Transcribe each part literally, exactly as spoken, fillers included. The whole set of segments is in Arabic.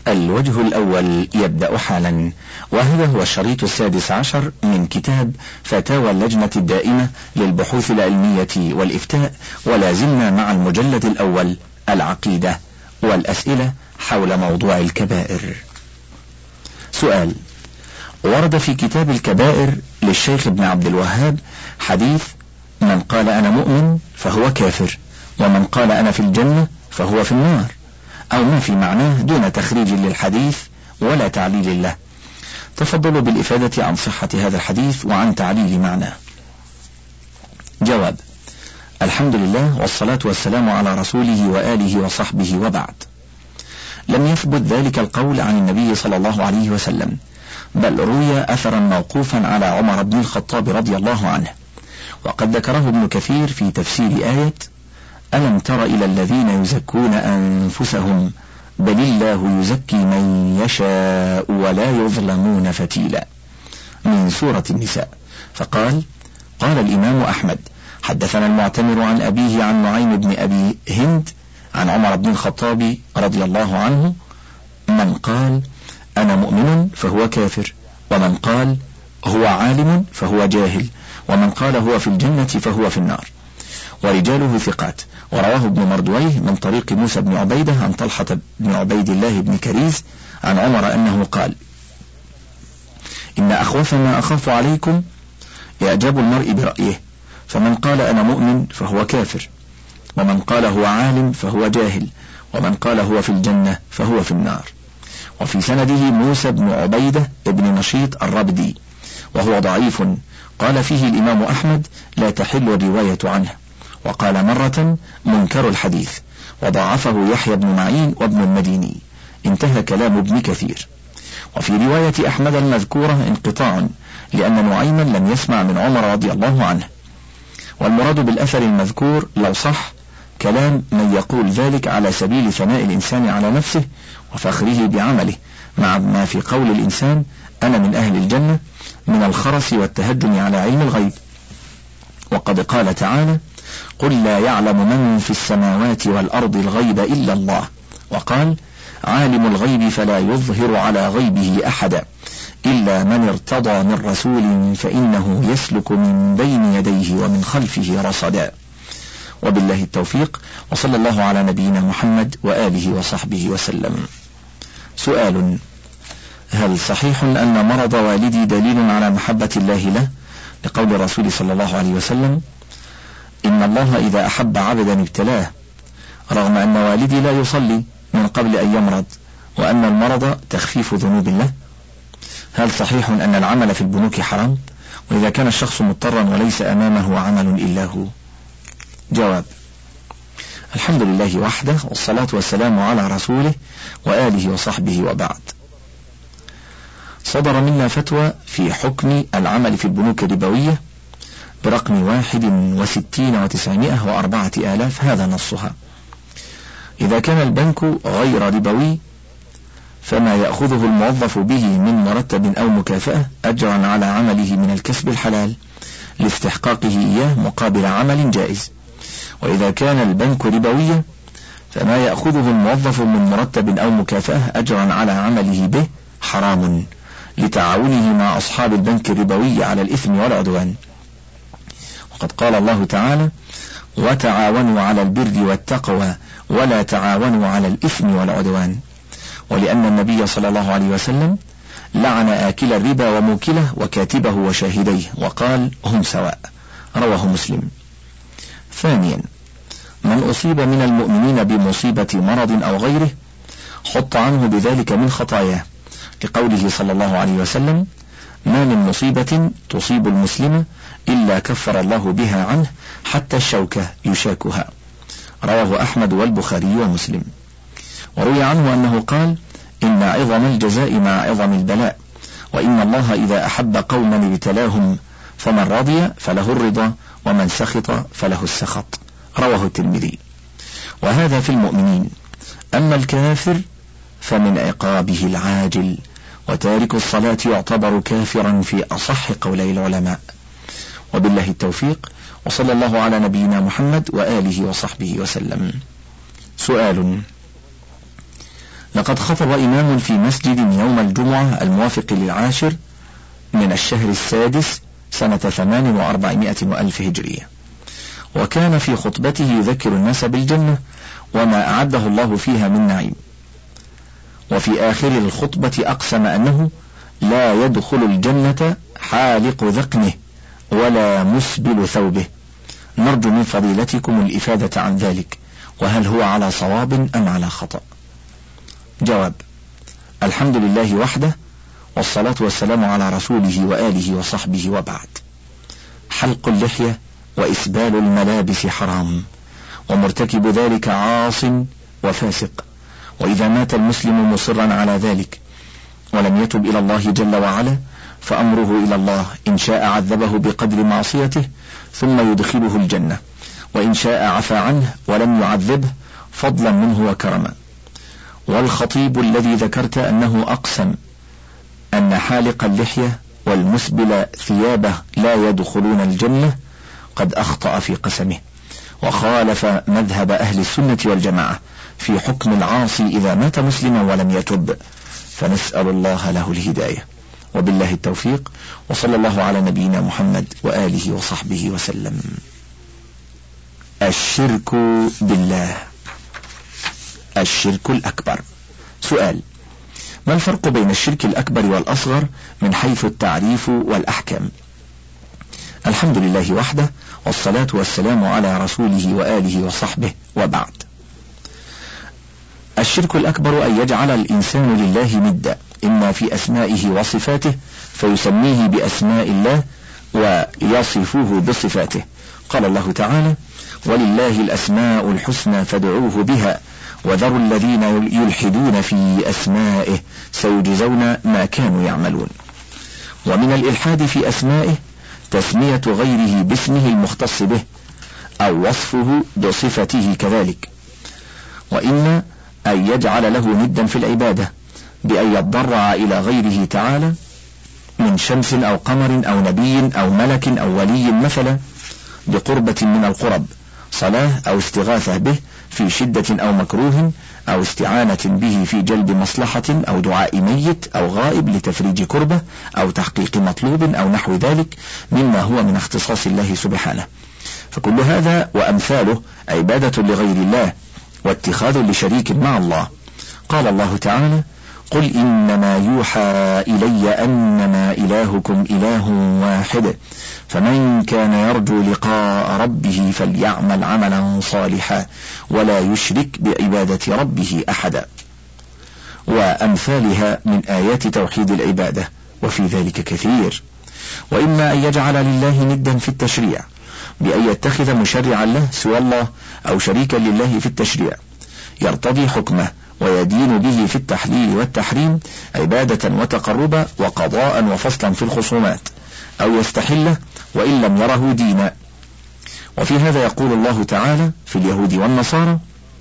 الوجه الأول يبدأ حالا، وهذا هو الشريط السادس عشر من كتاب فتاوى اللجنة الدائمة للبحوث العلمية والإفتاء، ولا زلنا مع المجلد الأول العقيدة والأسئلة حول موضوع الكبائر. سؤال: ورد في كتاب الكبائر للشيخ ابن عبد الوهاب حديث من قال أنا مؤمن فهو كافر، ومن قال أنا في الجنة فهو في النار، أو ما في معناه دون تخريج للحديث ولا تعليل له. تفضلوا بالإفادة عن صحة هذا الحديث وعن تعليل معناه. جواب: الحمد لله والصلاة والسلام على رسوله وآله وصحبه، وبعد. لم يثبت ذلك القول عن النبي صلى الله عليه وسلم، بل روي أثرا موقوفا على عمر بن الخطاب رضي الله عنه، وقد ذكره ابن كثير في تفسير آية ألم تر إلى الذين يزكون أنفسهم بل الله يزكي من يشاء ولا يظلمون فتيلا، من سورة النساء، فقال: قال الإمام أحمد حدثنا المعتمر عن أبيه عن نعيم بن أبي هند عن عمر بن الخطاب رضي الله عنه: من قال أنا مؤمن فهو كافر، ومن قال هو عالم فهو جاهل، ومن قال هو في الجنة فهو في النار، ورجاله ثقات. ورواه ابن مردويه من طريق موسى بن عبيدة عن طلحة بن عبيد الله بن كريز عن عمر أنه قال: إن أخوف ما أخاف عليكم إعجاب المرء برأيه، فمن قال أنا مؤمن فهو كافر، ومن قال هو عالم فهو جاهل، ومن قال هو في الجنة فهو في النار. وفي سنده موسى بن عبيدة بن نشيط الربدي، وهو ضعيف، قال فيه الإمام أحمد لا تحل الرواية عنه، وقال مرة منكر الحديث، وضعفه يحيى بن معين وابن المديني. انتهى كلام ابن كثير. وفي رواية أحمد المذكورة انقطاع، لأن نعيما لم يسمع من عمر رضي الله عنه. والمراد بالأثر المذكور لو صح كلام من يقول ذلك على سبيل ثناء الإنسان على نفسه وفخره بعمله، مع ما في قول الإنسان أنا من أهل الجنة من الخرس والتهجم على علم الغيب. وقد قال تعالى: قل لا يعلم من في السماوات والأرض الغيب إلا الله، وقال: عالم الغيب فلا يظهر على غيبه أحدا إلا من ارتضى من رسول فإنه يسلك من بين يديه ومن خلفه رصدا. وبالله التوفيق، وصلى الله على نبينا محمد وآله وصحبه وسلم. سؤال: هل صحيح أن مرض والدي دليل على محبة الله له، لقول الرسول صلى الله عليه وسلم: إن الله إذا أحب عبدا ابتلاه، رغم أن والدي لا يصلي من قبل أن يمرض، وأن المرض تخفيف ذنوب الله؟ هل صحيح أن العمل في البنوك حرام، وإذا كان الشخص مضطرا وليس أمامه عمل إلا هو؟ جواب: الحمد لله وحده، والصلاة والسلام على رسوله وآله وصحبه، وبعد. صدر منا فتوى في حكم العمل في البنوك الربوية برقم واحد وستين وتسعمائة وأربعة آلاف، هذا نصها: إذا كان البنك غير ربوي فما يأخذه الموظف به من مرتب أو مكافأة أجرا على عمله من الكسب الحلال لاستحقاقه إياه مقابل عمل جائز. وإذا كان البنك ربويا فما يأخذه الموظف من مرتب أو مكافأة أجرا على عمله به حرام لتعاونه مع أصحاب البنك الربوي على الإثم والعدوان. وقد قال الله تعالى: وتعاونوا على البر والتقوى ولا تعاونوا على الإثم والعدوان. ولأن النبي صلى الله عليه وسلم لعن آكل الربا وموكله وكاتبه وشاهديه، وقال: هم سواء. رواه مسلم. ثانيا: من أصيب من المؤمنين بمصيبة مرض أو غيره حط عنه بذلك من خطاياه، لقوله صلى الله عليه وسلم: ما من مصيبة تصيب المسلم إلا كفر الله بها عنه حتى الشوكة يشاكها. رواه أحمد والبخاري ومسلم. وروي عنه أنه قال: إن عظم الجزاء مع عظم البلاء، وإن الله إذا أحب قوما ابتلاهم فمن رضي فله الرضا ومن سخط فله السخط. رواه الترمذي. وهذا في المؤمنين. أما الكافر فمن عقابه العاجل، وتارك الصلاة يعتبر كافرا في أصح قولي العلماء. وبالله التوفيق، وصلى الله على نبينا محمد وآله وصحبه وسلم. سؤال: لقد خطب إمام في مسجد يوم الجمعة الموافق للعاشر من الشهر السادس سنة ثمان وأربعمائة وألف هجرية، وكان في خطبته يذكر الناس بالجنة وما أعده الله فيها من نعيم، وفي آخر الخطبة أقسم أنه لا يدخل الجنة حالق ذقنه ولا مسبل ثوبه. نرجو من فضيلتكم الإفادة عن ذلك، وهل هو على صواب أم على خطأ؟ جواب: الحمد لله وحده، والصلاة والسلام على رسوله وآله وصحبه، وبعد. حلق اللحية وإسبال الملابس حرام، ومرتكب ذلك عاص وفاسق، وإذا مات المسلم مصرا على ذلك ولم يتب إلى الله جل وعلا فأمره إلى الله، إن شاء عذبه بقدر معصيته ثم يدخله الجنة، وإن شاء عفى عنه ولم يعذبه فضلا منه وكرما. والخطيب الذي ذكرت أنه أقسم أن حالق اللحية والمسبل ثيابه لا يدخلون الجنة قد أخطأ في قسمه، وخالف مذهب أهل السنة والجماعة في حكم العاصي إذا مات مسلما ولم يتب، فنسأل الله له الهداية، وبالله التوفيق، وصلى الله على نبينا محمد وآله وصحبه وسلم. الشرك بالله. الشرك الأكبر. سؤال: ما الفرق بين الشرك الأكبر والأصغر من حيث التعريف والأحكام؟ الحمد لله وحده، والصلاة والسلام على رسوله وآله وصحبه، وبعد. الشرك الأكبر أن يجعل الإنسان لله ندا، إما في أسمائه وصفاته فيسميه بأسماء الله ويصفه بصفاته. قال الله تعالى: ولله الأسماء الحسنى فادعوه بها وذروا الذين يلحدون في أسمائه سيجزون ما كانوا يعملون. ومن الإلحاد في أسمائه تسمية غيره باسمه المختص به أو وصفه بصفته كذلك، وإن أن يجعل له ندا في العبادة بأن يتضرع إلى غيره تعالى من شمس أو قمر أو نبي أو ملك أو ولي مثلا بقربة من القرب، صلاة أو استغاثة به في شدة أو مكروه أو استعانة به في جلب مصلحة أو دعاء ميت أو غائب لتفريج كربة أو تحقيق مطلوب أو نحو ذلك مما هو من اختصاص الله سبحانه. فكل هذا وأمثاله عبادة لغير الله واتخاذ لشريك مع الله. قال الله تعالى: قل إنما يوحى إلي أنما إلهكم إله واحد فمن كان يرجو لقاء ربه فليعمل عملا صالحا ولا يشرك بعبادة ربه أحدا، وأمثالها من آيات توحيد العبادة، وفي ذلك كثير. وإما أن يجعل لله ندا في التشريع بأن يتخذ مشرعا له سوى الله أو شريكا لله في التشريع يرتضي حكمه ويدين به في التحليل والتحريم عبادة وتقربا وقضاء وفصلا في الخصومات، أو يستحله وإن لم يره دينا. وفي هذا يقول الله تعالى في اليهود والنصارى: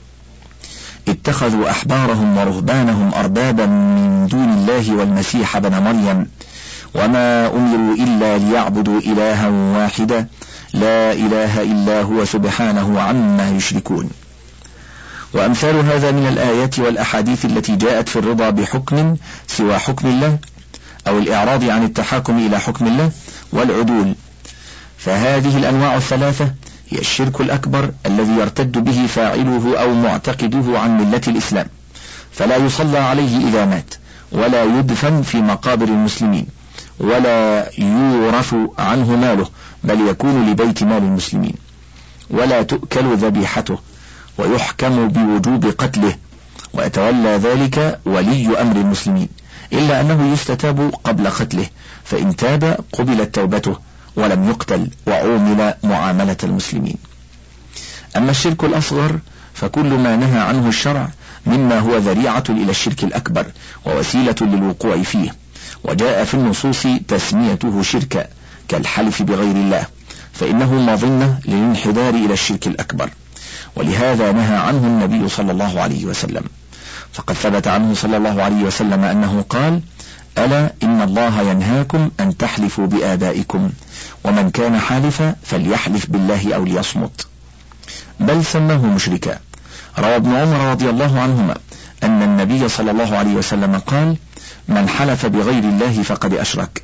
اتخذوا أحبارهم ورهبانهم أربابا من دون الله والمسيح ابن مريم وما أمروا إلا ليعبدوا إلها واحدا لا إله إلا هو سبحانه عما يشركون. وأمثال هذا من الآيات والأحاديث التي جاءت في الرضا بحكم سوى حكم الله أو الإعراض عن التحاكم إلى حكم الله والعدول. فهذه الأنواع الثلاثة هي الشرك الأكبر الذي يرتد به فاعله أو معتقده عن ملة الإسلام، فلا يصلى عليه إذا مات، ولا يدفن في مقابر المسلمين، ولا يورث عنه ماله بل يكون لبيت مال المسلمين، ولا تؤكل ذبيحته، ويحكم بوجوب قتله، ويتولى ذلك ولي أمر المسلمين، إلا أنه يستتاب قبل قتله، فإن تاب قبلت توبته ولم يقتل وعومل معاملة المسلمين. أما الشرك الأصغر فكل ما نهى عنه الشرع مما هو ذريعة إلى الشرك الأكبر ووسيلة للوقوع فيه، وجاء في النصوص تسميته شركا كالحلف بغير الله، فإنه مظنة للانحدار إلى الشرك الأكبر، ولهذا نهى عنه النبي صلى الله عليه وسلم. فقد ثبت عنه صلى الله عليه وسلم أنه قال: ألا إن الله ينهاكم أن تحلفوا بآبائكم، ومن كان حالفا فليحلف بالله أو ليصمت، بل سماه مشركا. روى ابن عمر رضي الله عنهما أن النبي صلى الله عليه وسلم قال: من حلف بغير الله فقد أشرك.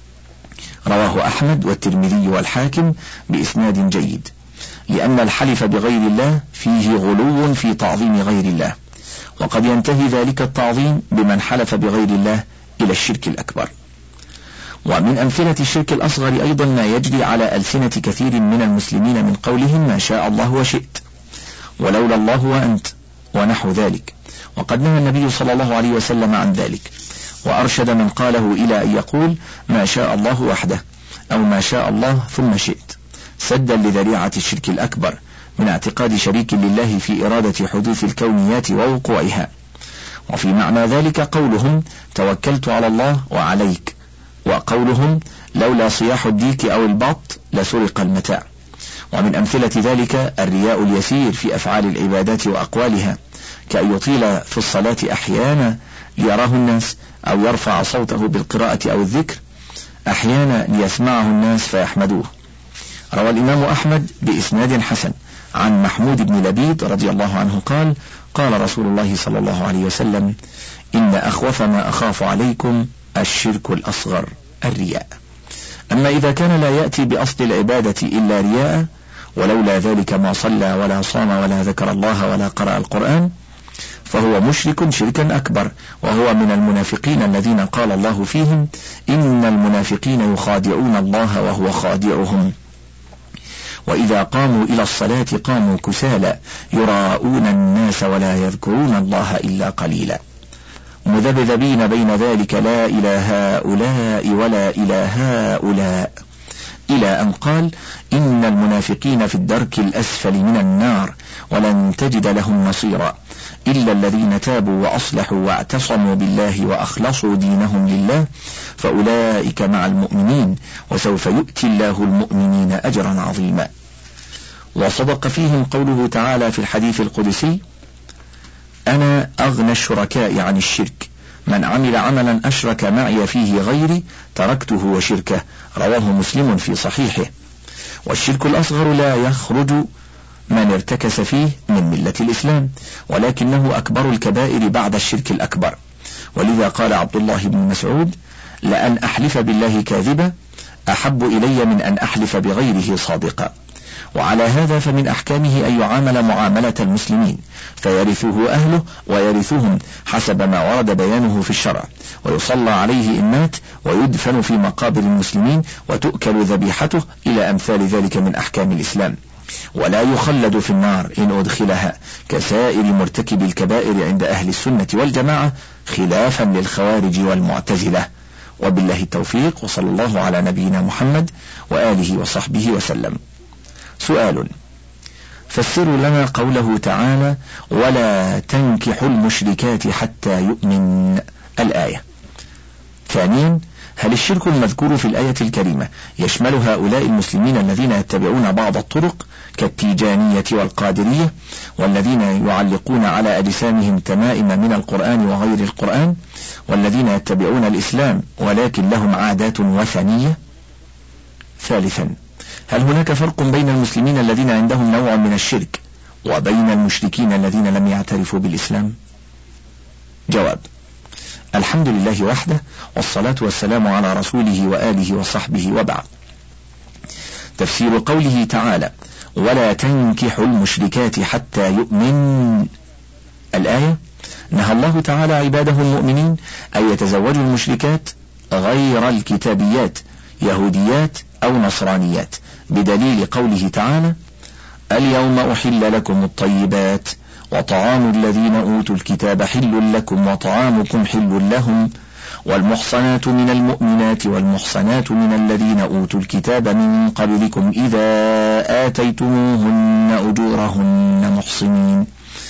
رواه أحمد والترمذي والحاكم بإسناد جيد، لأن الحلف بغير الله فيه غلو في تعظيم غير الله، وقد ينتهي ذلك التعظيم بمن حلف بغير الله إلى الشرك الأكبر. ومن أمثلة الشرك الأصغر أيضا ما يجري على ألسنة كثير من المسلمين من قولهم ما شاء الله وشئت، ولولا الله وأنت، ونحو ذلك، وقد نهى النبي صلى الله عليه وسلم عن ذلك، وأرشد من قاله إلى أن يقول ما شاء الله وحده، أو ما شاء الله ثم شئت، سدا لذريعة الشرك الأكبر من اعتقاد شريك لله في إرادة حدوث الكونيات ووقوعها. وفي معنى ذلك قولهم توكلت على الله وعليك، وقولهم لولا صياح الديك أو البط لسرق المتاع. ومن أمثلة ذلك الرياء اليسير في أفعال العبادات وأقوالها، كأن يطيل في الصلاة أحيانا ليراه الناس، أو يرفع صوته بالقراءة أو الذكر أحيانا ليسمعه الناس فيحمدوه. روى الإمام أحمد بإسناد حسن عن محمود بن لبيد رضي الله عنه قال: قال رسول الله صلى الله عليه وسلم: إن أخوف ما أخاف عليكم الشرك الأصغر الرياء. أما إذا كان لا يأتي بأصل العبادة إلا رياء، ولولا ذلك ما صلى ولا صام ولا ذكر الله ولا قرأ القرآن، فهو مشرك شركا أكبر، وهو من المنافقين الذين قال الله فيهم: إن المنافقين يخادعون الله وهو خادعهم، وإذا قاموا إلى الصلاة قاموا كسالى يراءون الناس ولا يذكرون الله إلا قليلا، مذبذبين بين ذلك لا إلى هؤلاء ولا إلى هؤلاء، إلى أن قال: إن المنافقين في الدرك الأسفل من النار ولن تجد لهم نصيرا إلا الذين تابوا وأصلحوا واعتصموا بالله وأخلصوا دينهم لله فأولئك مع المؤمنين وسوف يؤتي الله المؤمنين أجرا عظيما. وصدق فيهم قوله تعالى في الحديث القدسي: أنا أغنى الشركاء عن الشرك، من عمل عملا أشرك معي فيه غيري تركته وشركه. رواه مسلم في صحيحه. والشرك الأصغر لا يخرج من ارتكس فيه من ملة الإسلام، ولكنه أكبر الكبائر بعد الشرك الأكبر، ولذا قال عبد الله بن مسعود: لأن أحلف بالله كاذبا أحب إلي من أن أحلف بغيره صادقا. وعلى هذا فمن أحكامه أن يعامل معاملة المسلمين، فيرثه أهله ويرثهم حسب ما ورد بيانه في الشرع، ويصلى عليه إن مات، ويدفن في مقابر المسلمين، وتؤكل ذبيحته، إلى أمثال ذلك من أحكام الإسلام، ولا يخلد في النار إن أدخلها كسائر مرتكب الكبائر عند أهل السنة والجماعة، خلافا للخوارج والمعتزلة. وبالله التوفيق، وصلى الله على نبينا محمد وآله وصحبه وسلم. سؤال: فسروا لنا قوله تعالى: ولا تنكحوا المشركات حتى يؤمن، الآية. ثانيا: هل الشرك المذكور في الآية الكريمة يشمل هؤلاء المسلمين الذين يتبعون بعض الطرق كالتيجانية والقادرية، والذين يعلقون على أجسامهم تمائم من القرآن وغير القرآن، والذين يتبعون الإسلام ولكن لهم عادات وثنية؟ ثالثا: هل هناك فرق بين المسلمين الذين عندهم نوع من الشرك وبين المشركين الذين لم يعترفوا بالإسلام؟ جواب: الحمد لله وحده، والصلاة والسلام على رسوله وآله وصحبه، وبعد. تفسير قوله تعالى: ولا تنكحوا المشركات حتى يؤمن، الآية: نهى الله تعالى عباده المؤمنين أن يتزوجوا المشركات غير الكتابيات، يهوديات أو نصرانيات، بدليل قوله تعالى: اليوم أحل لكم الطيبات وطعام الذين أوتوا الكتاب حل لكم وطعامكم حل لهم والمحصنات من المؤمنات والمحصنات من الذين أوتوا الكتاب من قبلكم إذا آتيتموهن أجورهن محصنين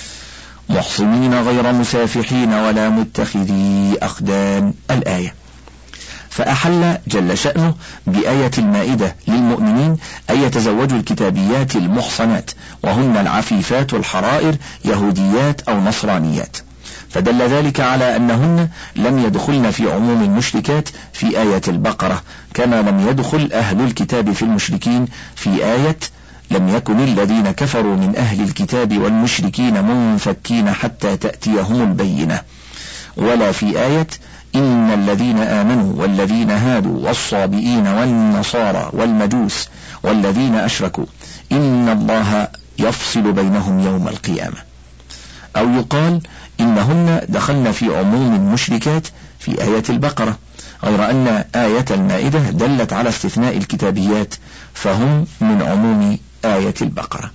محصنين غير مسافحين ولا متخذي أخدان، الآية. فأحل جل شأنه بآية المائدة للمؤمنين أن يتزوجوا الكتابيات المحصنات، وهن العفيفات الحرائر يهوديات أو نصرانيات، فدل ذلك على أنهن لم يدخلن في عموم المشركات في آية البقرة، كما لم يدخل أهل الكتاب في المشركين في آية لم يكن الذين كفروا من أهل الكتاب والمشركين منفكين حتى تأتيهم البينة. ولا في آية إن الذين آمنوا والذين هادوا والصابئين والنصارى والمجوس والذين أشركوا إن الله يفصل بينهم يوم القيامة. أو يقال إنهن دخلن في عموم المشركات في آية البقرة، غير أن آية المائدة دلت على استثناء الكتابيات، فهم من عموم آية البقرة.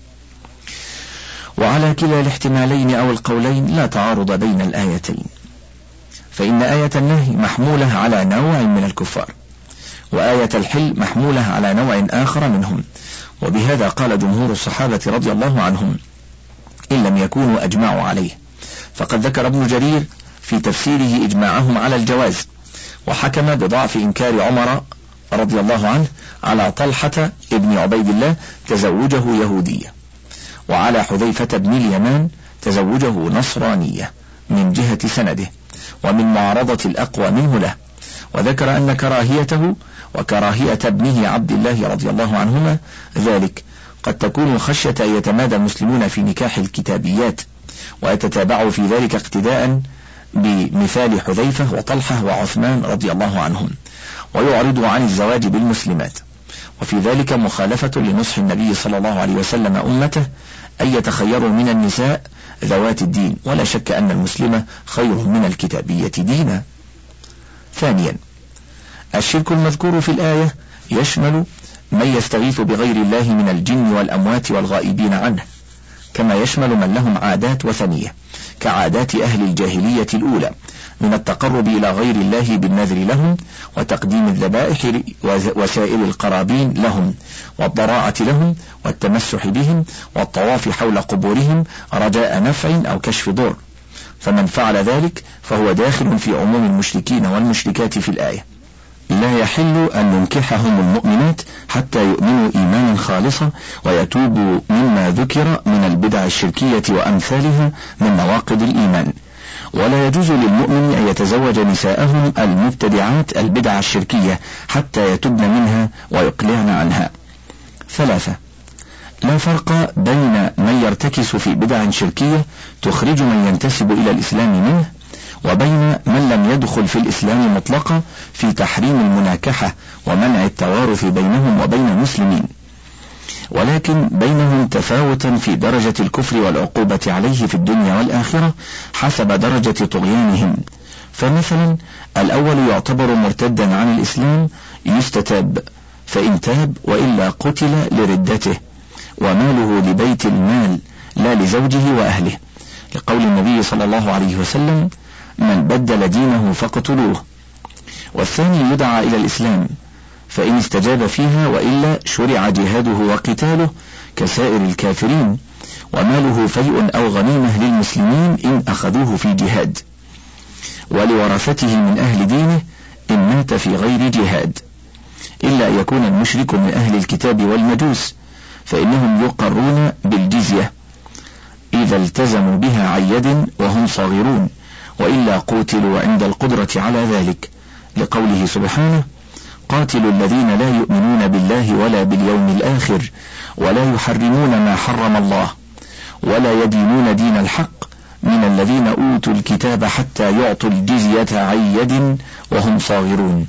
وعلى كلا الاحتمالين أو القولين لا تعارض بين الآيتين، فإن آية النهي محمولة على نوع من الكفار، وآية الحل محمولة على نوع آخر منهم، وبهذا قال جمهور الصحابة رضي الله عنهم إن لم يكونوا أجمعوا عليه. فقد ذكر ابن جرير في تفسيره إجماعهم على الجواز، وحكم بضعف إنكار عمر رضي الله عنه على طلحة ابن عبيد الله تزوجه يهودية، وعلى حذيفة بن اليمان تزوجه نصرانية من جهة سنده ومن معارضة الأقوى منه له، وذكر أن كراهيته وكراهية ابنه عبد الله رضي الله عنهما ذلك قد تكون خشية أن يتمادى المسلمون في نكاح الكتابيات ويتتابعوا في ذلك اقتداء بمثال حذيفة وطلحة وعثمان رضي الله عنهم، ويعرضوا عن الزواج بالمسلمات، وفي ذلك مخالفة لنصح النبي صلى الله عليه وسلم أمته أن يتخيروا من النساء ذوات الدين، ولا شك أن المسلمة خير من الكتابية دينا. ثانيا، الشرك المذكور في الآية يشمل من يستغيث بغير الله من الجن والأموات والغائبين عنه، كما يشمل من لهم عادات وثنية كعادات أهل الجاهلية الأولى من التقرب إلى غير الله بالنذر لهم وتقديم الذبائح وسائر القرابين لهم والضراعة لهم والتمسح بهم والطواف حول قبورهم رجاء نفع أو كشف ضر، فمن فعل ذلك فهو داخل في عموم المشركين والمشركات في الآية. لا يحل أن ننكحهم المؤمنات حتى يؤمنوا إيمانا خالصا ويتوبوا مما ذكر من البدع الشركية وأمثالها من نواقض الإيمان، ولا يجوز للمؤمن أن يتزوج نساءهم المبتدعات البدع الشركية حتى يتبن منها ويقلعن عنها. ثلاثة، لا فرق بين من يرتكس في بدع شركية تخرج من ينتسب إلى الإسلام منه وبين من لم يدخل في الإسلام مطلقا في تحريم المناكحة ومنع التوارث بينهم وبين المسلمين، ولكن بينهم تفاوتا في درجة الكفر والعقوبة عليه في الدنيا والآخرة حسب درجة طغيانهم. فمثلا الأول يعتبر مرتدا عن الإسلام يستتاب، فإن تاب وإلا قتل لردته، وماله لبيت المال لا لزوجه وأهله، لقول النبي صلى الله عليه وسلم من بدل دينه فاقتلوه. والثاني يدعى إلى الإسلام، فإن استجاب فيها وإلا شرع جهاده وقتاله كسائر الكافرين، وماله فيء أو غنيمة للمسلمين إن أخذوه في جهاد، ولورثته من أهل دينه إن مات في غير جهاد، إلا أن يكون المشرك من أهل الكتاب والمجوس، فإنهم يقرون بالجزية إذا التزموا بها عن يد وهم صاغرون، وإلا قوتلوا عند القدرة على ذلك، لقوله سبحانه قاتلوا الذين لا يؤمنون بالله ولا باليوم الآخر ولا يحرمون ما حرم الله ولا يدينون دين الحق من الذين أوتوا الكتاب حتى يعطوا الجزية عن يد وهم صاغرون.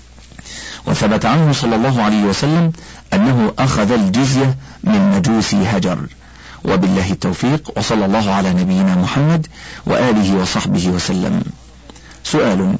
وثبت عنه صلى الله عليه وسلم أنه أخذ الجزية من مجوس هجر. وبالله التوفيق، وصلى الله على نبينا محمد وآله وصحبه وسلم. سؤال: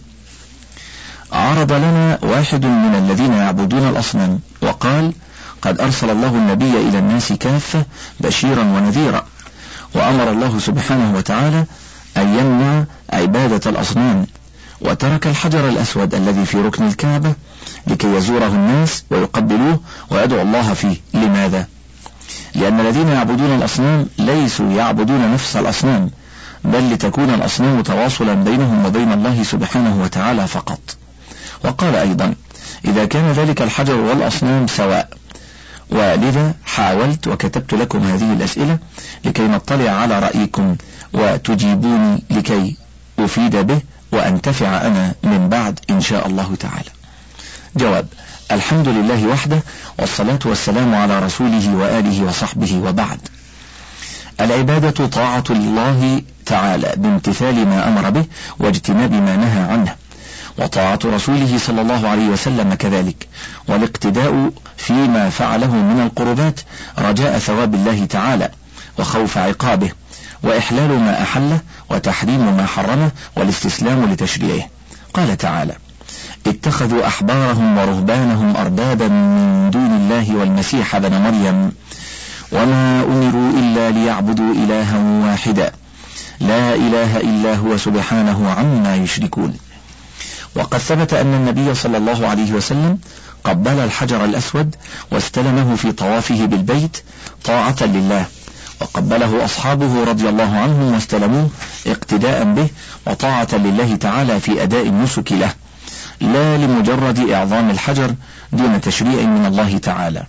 عرض لنا واحد من الذين يعبدون الأصنام وقال قد أرسل الله النبي إلى الناس كافة بشيرا ونذيرا، وأمر الله سبحانه وتعالى أن يمنع عبادة الأصنام، وترك الحجر الأسود الذي في ركن الكعبة لكي يزوره الناس ويقبلوه ويدعو الله فيه. لماذا؟ لأن الذين يعبدون الأصنام ليسوا يعبدون نفس الأصنام، بل لتكون الأصنام تواصلا بينهم وبين الله سبحانه وتعالى فقط. وقال أيضا إذا كان ذلك الحجر والأصنام سواء. ولذا حاولت وكتبت لكم هذه الأسئلة لكي نطلع على رأيكم وتجيبوني لكي أفيد به وأنتفع أنا من بعد إن شاء الله تعالى. جواب: الحمد لله وحده، والصلاة والسلام على رسوله وآله وصحبه، وبعد. العبادة طاعة الله تعالى بامتثال ما أمر به واجتناب ما نهى عنه، وطاعة رسوله صلى الله عليه وسلم كذلك، والاقتداء فيما فعله من القربات رجاء ثواب الله تعالى وخوف عقابه، وإحلال ما أحله وتحريم ما حرمه، والاستسلام لتشريعه. قال تعالى: اتخذوا أحبارهم ورهبانهم أربابا من دون الله والمسيح ابن مريم وما أمروا إلا ليعبدوا إلها واحدا لا إله إلا هو سبحانه عما يشركون. وقد ثبت أن النبي صلى الله عليه وسلم قبل الحجر الأسود واستلمه في طوافه بالبيت طاعة لله، وقبله أصحابه رضي الله عنهم واستلموه اقتداء به وطاعة لله تعالى في أداء النسك له، لا لمجرد إعظام الحجر دون تشريع من الله تعالى.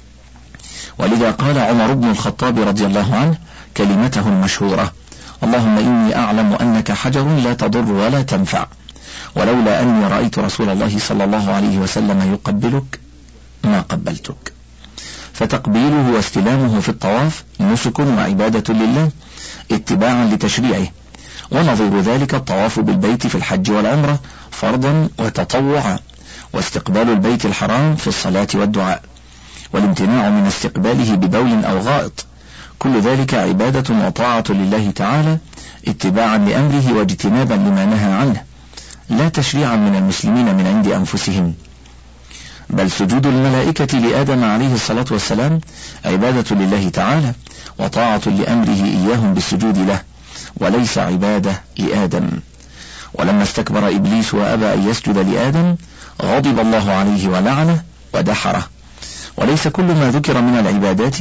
ولذا قال عمر بن الخطاب رضي الله عنه كلمته المشهورة: اللهم إني أعلم أنك حجر لا تضر ولا تنفع، ولولا أني رأيت رسول الله صلى الله عليه وسلم يقبلك ما قبلتك. فتقبيله واستلامه في الطواف نسك وعبادة لله اتباعا لتشريعه، ونظير ذلك الطواف بالبيت في الحج والعمرة فرضا وتطوعا، واستقبال البيت الحرام في الصلاة والدعاء، والامتناع من استقباله ببول أو غائط، كل ذلك عبادة وطاعة لله تعالى اتباعا لأمره واجتنابا لما نهى عنه، لا تشريعا من المسلمين من عند أنفسهم. بل سجود الملائكة لآدم عليه الصلاة والسلام عبادة لله تعالى وطاعة لأمره إياهم بالسجود له، وليس عبادة لآدم. ولما استكبر إبليس وأبى أن يسجد لآدم غضب الله عليه ولعنه ودحره. وليس كل ما ذكر من العبادات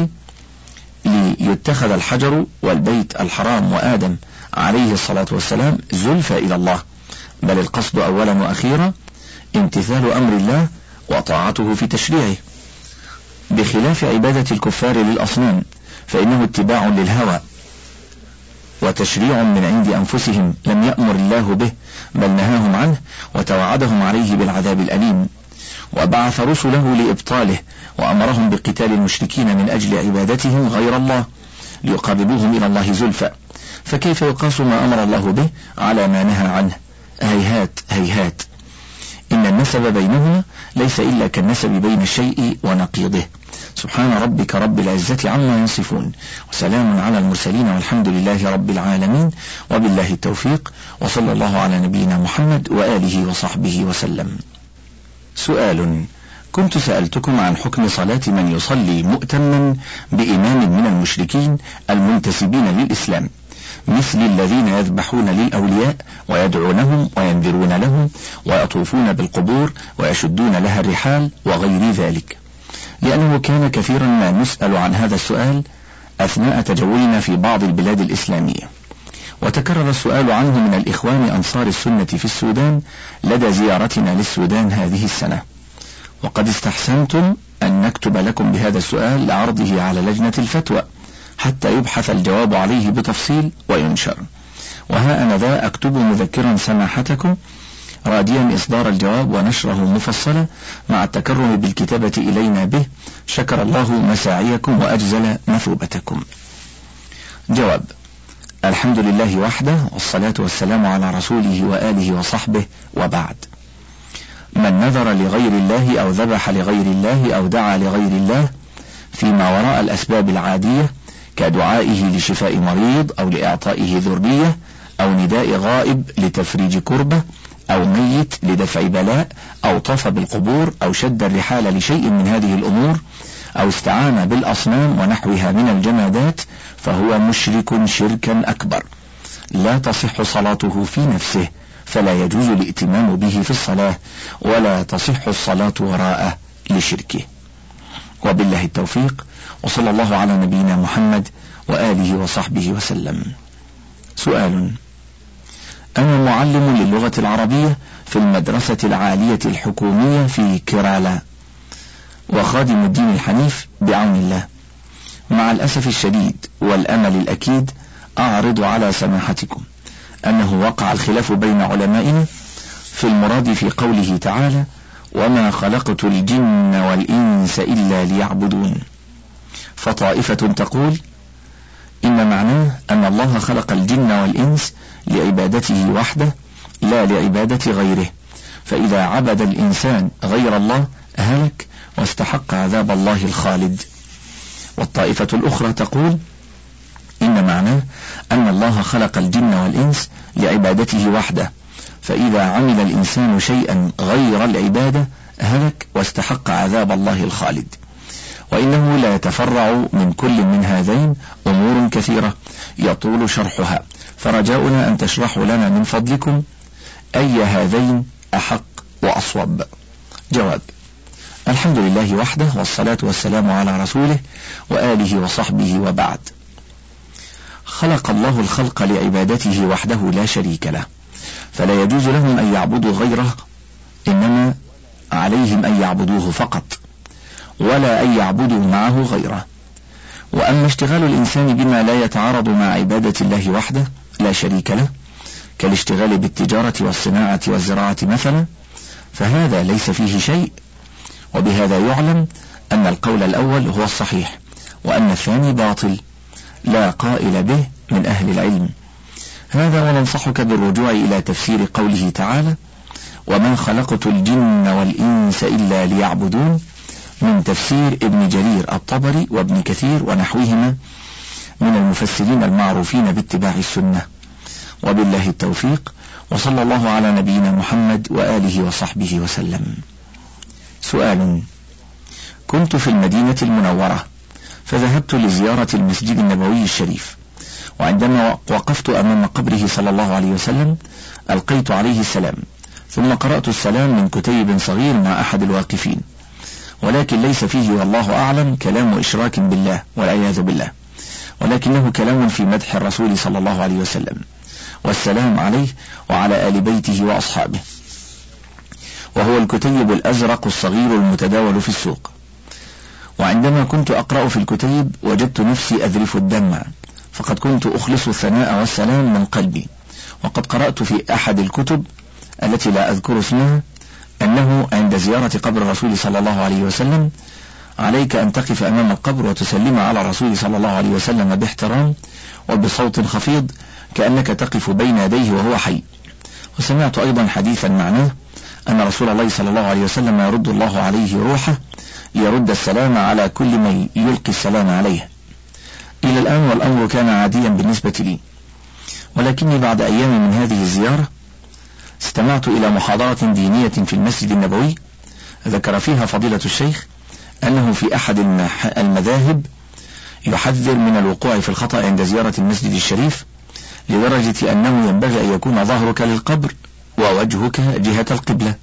ليتخذ الحجر والبيت الحرام وآدم عليه الصلاة والسلام زلفى إلى الله، بل القصد أولا وأخيرا امتثال أمر الله وطاعته في تشريعه، بخلاف عبادة الكفار للأصنام، فإنه اتباع للهوى وتشريع من عند أنفسهم لم يأمر الله به، بل نهاهم عنه وتوعدهم عليه بالعذاب الأليم، وبعث رسله لإبطاله، وأمرهم بقتال المشركين من أجل عبادتهم غير الله ليقربوهم إلى الله زلفى. فكيف يقاس ما أمر الله به على ما نهى عنه؟ هيهات هيهات. إن النسب بينهما ليس إلا كالنسب بين الشيء ونقيضه. سبحان ربك رب العزة عما يصفون، وسلام على المرسلين، والحمد لله رب العالمين، وبالله التوفيق، وصلى الله على نبينا محمد وآله وصحبه وسلم. سؤال: كنت سألتكم عن حكم صلاة من يصلي مؤتما بإمام من المشركين المنتسبين للإسلام، مثل الذين يذبحون للأولياء ويدعونهم وينذرون لهم ويطوفون بالقبور ويشدون لها الرحال وغير ذلك، لأنه كان كثيرا ما نسأل عن هذا السؤال أثناء تجولنا في بعض البلاد الإسلامية، وتكرر السؤال عنه من الإخوان أنصار السنة في السودان لدى زيارتنا للسودان هذه السنة، وقد استحسنتم أن نكتب لكم بهذا السؤال لعرضه على لجنة الفتوى حتى يبحث الجواب عليه بتفصيل وينشر، وها أنا ذا أكتب مذكرا سماحتكم راديا إصدار الجواب ونشره مفصلا مع التكرم بالكتابة إلينا به، شكر الله مساعيكم وأجزل مثوبتكم. جواب: الحمد لله وحده، والصلاة والسلام على رسوله وآله وصحبه، وبعد. من نذر لغير الله أو ذبح لغير الله أو دعا لغير الله فيما وراء الأسباب العادية كدعائه لشفاء مريض أو لإعطائه ذرية أو نداء غائب لتفريج كربة أو ميت لدفع بلاء أو طاف بالقبور أو شد الرحال لشيء من هذه الأمور أو استعان بالأصنام ونحوها من الجمادات، فهو مشرك شركا أكبر لا تصح صلاته في نفسه، فلا يجوز الائتمام به في الصلاة، ولا تصح الصلاة وراءه لشركه. وبالله التوفيق، وصلى الله على نبينا محمد وآله وصحبه وسلم. سؤال: أنا معلم للغة العربية في المدرسة العالية الحكومية في كيرالا، وخادم الدين الحنيف بعون الله. مع الأسف الشديد والأمل الأكيد أعرض على سماحتكم أنه وقع الخلاف بين علمائنا في المراد في قوله تعالى: وما خلقت الجن والإنس إلا ليعبدون. فطائفة تقول إن معناه أن الله خلق الجن والإنس لعبادته وحده لا لعبادة غيره، فإذا عبد الإنسان غير الله هلك واستحق عذاب الله الخالد. والطائفة الأخرى تقول إن معناه أن الله خلق الجن والإنس لعبادته وحده، فإذا عمل الإنسان شيئا غير العبادة هلك واستحق عذاب الله الخالد. وإنه لا يتفرع من كل من هذين أمور كثيرة يطول شرحها، فرجاؤنا أن تشرحوا لنا من فضلكم أي هذين أحق وأصوب. جواب: الحمد لله وحده، والصلاة والسلام على رسوله وآله وصحبه، وبعد. خلق الله الخلق لعبادته وحده لا شريك له، فلا يجوز لهم أن يعبدوا غيره، إنما عليهم أن يعبدوه فقط، ولا أن يعبدوا معه غيره. وأما اشتغال الإنسان بما لا يتعارض مع عبادة الله وحده لا شريك له، كالاشتغال بالتجارة والصناعة والزراعة مثلا، فهذا ليس فيه شيء. وبهذا يعلم أن القول الأول هو الصحيح، وأن الثاني باطل لا قائل به من أهل العلم. هذا وننصحك بالرجوع إلى تفسير قوله تعالى: وما خلقت الجن والإنس إلا ليعبدون، من تفسير ابن جرير الطبري وابن كثير ونحوهما من المفسرين المعروفين باتباع السنة. وبالله التوفيق، وصلى الله على نبينا محمد وآله وصحبه وسلم. سؤال: كنت في المدينة المنورة فذهبت لزيارة المسجد النبوي الشريف، وعندما وقفت أمام قبره صلى الله عليه وسلم ألقيت عليه السلام، ثم قرأت السلام من كتيب صغير مع أحد الواقفين، ولكن ليس فيه والله أعلم كلام إشراك بالله والعياذ بالله، ولكنه كلام في مدح الرسول صلى الله عليه وسلم والسلام عليه وعلى آل بيته وأصحابه، وهو الكتيب الأزرق الصغير المتداول في السوق. وعندما كنت أقرأ في الكتيب وجدت نفسي أذرف الدمع، فقد كنت أخلص الثناء والسلام من قلبي. وقد قرأت في أحد الكتب التي لا أذكر اسمها أنه عند زيارة قبر الرسول صلى الله عليه وسلم عليك أن تقف أمام القبر وتسلم على الرسول صلى الله عليه وسلم باحترام وبصوت خفيض كأنك تقف بين يديه وهو حي. وسمعت أيضا حديثا معناه أن رسول الله صلى الله عليه وسلم يرد الله عليه روحه ليرد السلام على كل من يلقي السلام عليه. إلى الآن والأمر كان عاديا بالنسبة لي، ولكني بعد أيام من هذه الزيارة استمعت إلى محاضرة دينية في المسجد النبوي ذكر فيها فضيلة الشيخ أنه في أحد المذاهب يحذر من الوقوع في الخطأ عند زيارة المسجد الشريف، لدرجة أنه ينبغي أن يكون ظهرك للقبر ووجهك جهة القبلة.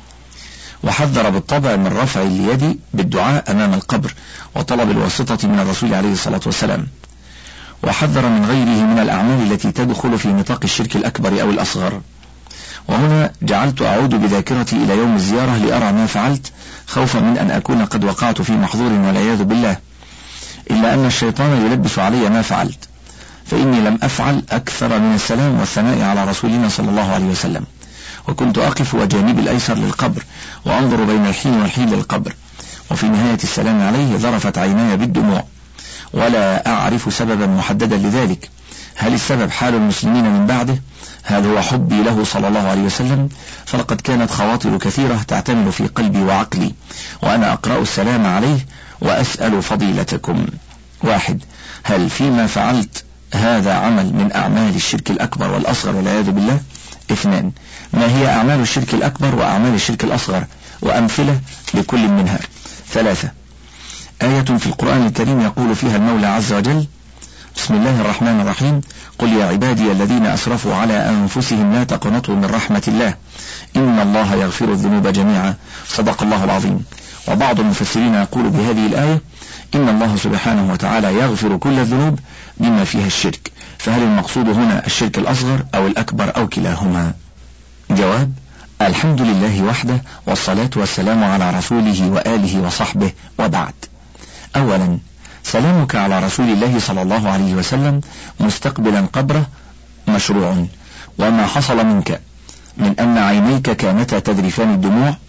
وحذر بالطبع من رفع اليد بالدعاء أمام القبر وطلب الواسطة من الرسول عليه الصلاة والسلام. وحذر من غيره من الأعمال التي تدخل في نطاق الشرك الأكبر أو الأصغر. وهنا جعلت أعود بذاكرتي إلى يوم الزيارة لأرى ما فعلت، خوفا من أن أكون قد وقعت في محظور والعياذ بالله، إلا أن الشيطان يلبس علي ما فعلت، فإني لم أفعل أكثر من السلام والثناء على رسولنا صلى الله عليه وسلم. وكنت أقف وجانبي الأيسر للقبر وأنظر بين الحين والحين للقبر، وفي نهاية السلام عليه ذرفت عيناي بالدموع، ولا أعرف سببا محددا لذلك. هل السبب حال المسلمين من بعده؟ هل هو حبي له صلى الله عليه وسلم؟ فلقد كانت خواطر كثيرة تعتمل في قلبي وعقلي وأنا أقرأ السلام عليه وأسأل فضيلتكم: واحد، هل فيما فعلت هذا عمل من أعمال الشرك الأكبر والأصغر والعياذ بالله؟ اثنان، ما هي أعمال الشرك الأكبر وأعمال الشرك الأصغر وأمثلة لكل منها؟ ثلاثة، آية في القرآن الكريم يقول فيها المولى عز وجل: بسم الله الرحمن الرحيم، قل يا عبادي الذين أسرفوا على أنفسهم لا تقنطوا من رحمة الله إن الله يغفر الذنوب جميعا، صدق الله العظيم. وبعض المفسرين يقول بهذه الآية إن الله سبحانه وتعالى يغفر كل الذنوب بما فيها الشرك، فهل المقصود هنا الشرك الأصغر أو الأكبر أو كلاهما؟ جواب: الحمد لله وحده، والصلاة والسلام على رسوله وآله وصحبه، وبعد. أولا، سلامك على رسول الله صلى الله عليه وسلم مستقبلا قبره مشروع، وما حصل منك من أن عينيك كانتا تذرفان الدموع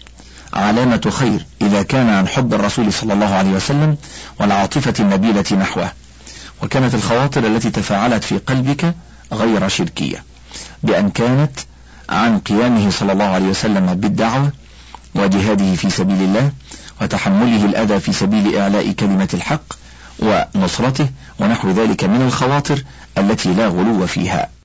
علامة خير إذا كان عن حب الرسول صلى الله عليه وسلم والعاطفة النبيلة نحوه، وكانت الخواطر التي تفاعلت في قلبك غير شركية، بأن كانت عن قيامه صلى الله عليه وسلم بالدعوة وجهاده في سبيل الله وتحمله الأذى في سبيل إعلاء كلمة الحق ونصرته ونحو ذلك من الخواطر التي لا غلو فيها.